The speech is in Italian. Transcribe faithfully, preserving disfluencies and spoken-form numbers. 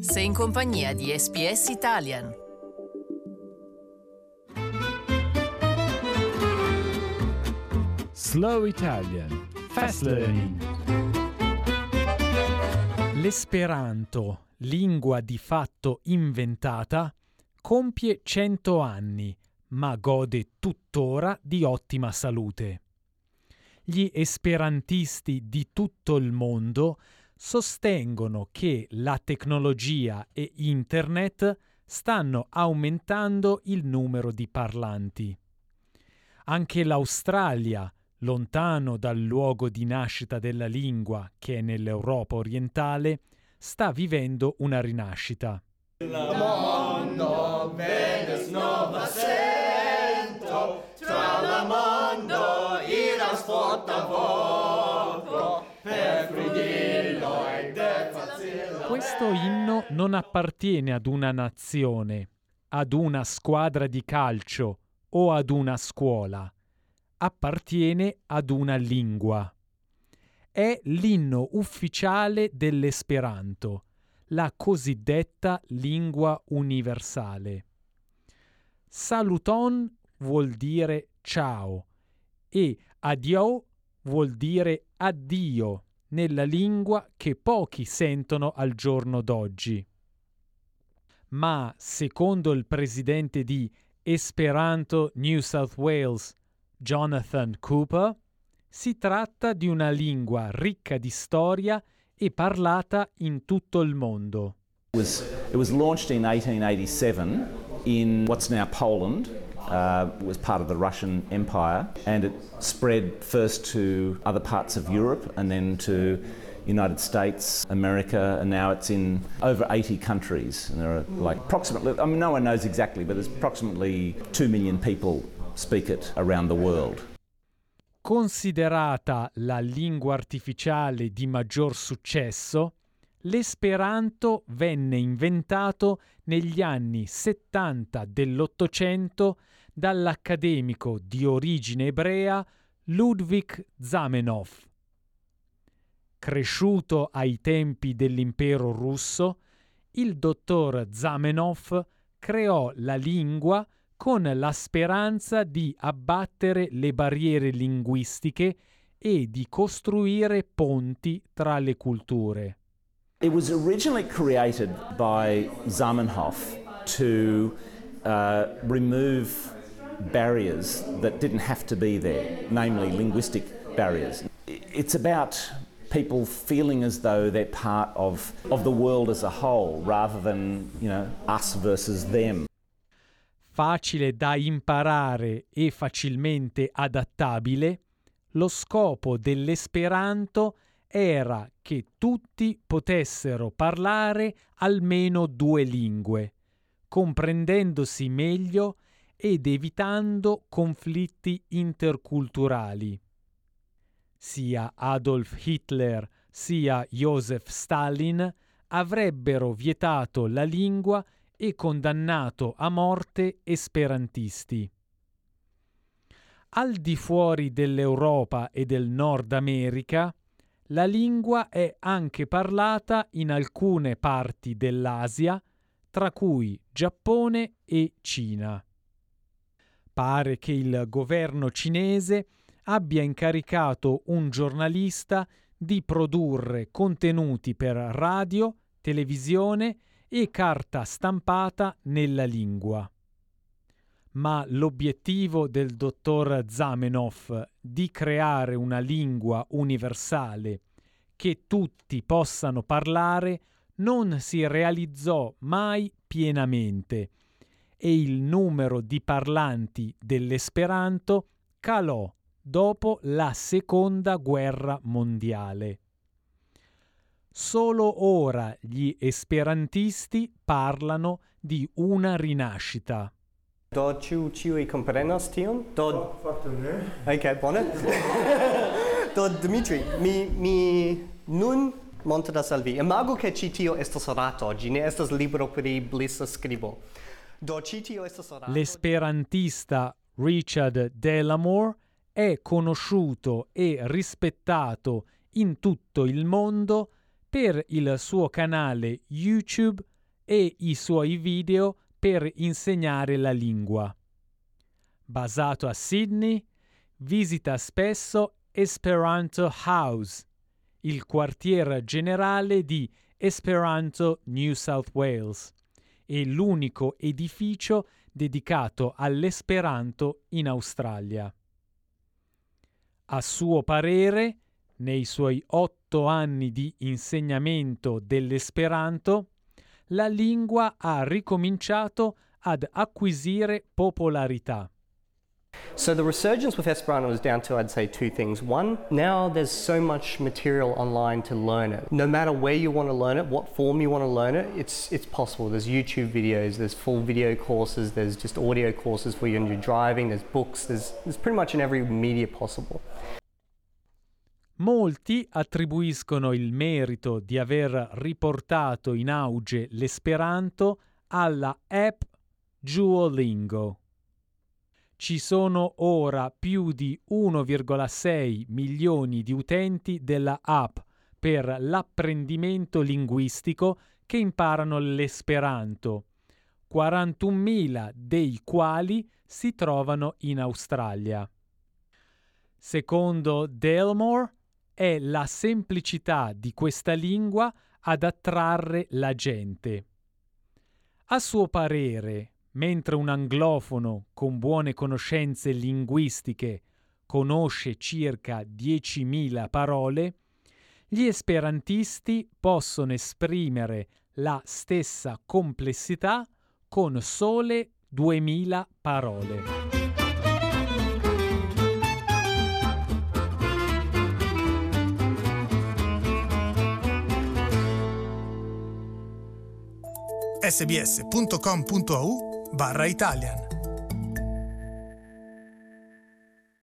Sei in compagnia di S B S Italian. Slow Italian. Fast Learning. L'esperanto, lingua di fatto inventata, compie cento anni, ma gode tuttora di ottima salute. Gli esperantisti di tutto il mondo sostengono che la tecnologia e internet stanno aumentando il numero di parlanti. Anche l'Australia, lontano dal luogo di nascita della lingua, che è nell'Europa orientale, sta vivendo una rinascita. Il mondo vedes nova sento, tra la mondo iras forta voco, per frudillo e de facillo. Questo inno non appartiene ad una nazione, ad una squadra di calcio o ad una scuola. Appartiene ad una lingua. È l'inno ufficiale dell'Esperanto, la cosiddetta lingua universale. Saluton vuol dire ciao e adio vuol dire addio nella lingua che pochi sentono al giorno d'oggi. Ma secondo il presidente di Esperanto New South Wales, Jonathan Cooper, si tratta di una lingua ricca di storia e parlata in tutto il mondo. It was, it was launched in eighteen eighty-seven in what's now Poland. Uh, it was part of the Russian Empire, and it spread first to other parts of Europe and then to United States, America, and now it's in over eighty countries. And there are like approximately, I mean, no one knows exactly, but there's approximately two million people speak it around the world. Considerata la lingua artificiale di maggior successo, l'esperanto venne inventato negli anni settanta dell'Ottocento dall'accademico di origine ebrea Ludwig Zamenhof. Cresciuto ai tempi dell'impero russo, il dottor Zamenhof creò la lingua con la speranza di abbattere le barriere linguistiche e di costruire ponti tra le culture. It was originally created by Zamenhof to uh, remove barriers that didn't have to be there, namely linguistic barriers. It's about people feeling as though they're part of, of the world as a whole, rather than, you know, us versus them. Facile da imparare e facilmente adattabile, lo scopo dell'esperanto era che tutti potessero parlare almeno due lingue, comprendendosi meglio ed evitando conflitti interculturali. Sia Adolf Hitler sia Joseph Stalin avrebbero vietato la lingua e condannato a morte esperantisti. Al di fuori dell'Europa e del Nord America, la lingua è anche parlata in alcune parti dell'Asia, tra cui Giappone e Cina. Pare che il governo cinese abbia incaricato un giornalista di produrre contenuti per radio, televisione e carta stampata nella lingua. Ma l'obiettivo del dottor Zamenhof di creare una lingua universale che tutti possano parlare non si realizzò mai pienamente e il numero di parlanti dell'esperanto calò dopo la Seconda Guerra Mondiale. Solo ora gli esperantisti parlano di una rinascita. Do ciu ciui comprenas tion? Do Fakte ne. Ok, bone. Do Dimitri, mi mi nun montras al vi. Imagu che ci tio estas rato, gi ne estas libro pri blissa scribo. Do ci tio estas rato. L'esperantista Richard Delamore è conosciuto e rispettato in tutto il mondo per il suo canale YouTube e i suoi video per insegnare la lingua. Basato a Sydney, visita spesso Esperanto House, il quartier generale di Esperanto New South Wales, e l'unico edificio dedicato all'Esperanto in Australia. A suo parere, nei suoi otto anni di insegnamento dell'Esperanto, la lingua ha ricominciato ad acquisire popolarità. So the resurgence with Esperanto is down to, I'd say, two things. One, now there's so much material online to learn it. No matter where you want to learn it, what form you want to learn it, it's it's possible. There's YouTube videos, there's full video courses, there's just audio courses for you when you're driving, there's books, there's, there's pretty much in every media possible. Molti attribuiscono il merito di aver riportato in auge l'Esperanto alla app Duolingo. Ci sono ora più di uno virgola sei milioni di utenti della app per l'apprendimento linguistico che imparano l'Esperanto, quarantunomila dei quali si trovano in Australia. Secondo Dalmore, è la semplicità di questa lingua ad attrarre la gente. A suo parere, mentre un anglofono con buone conoscenze linguistiche conosce circa diecimila parole, gli esperantisti possono esprimere la stessa complessità con sole duemila parole. sbs punto com punto a u barra Italian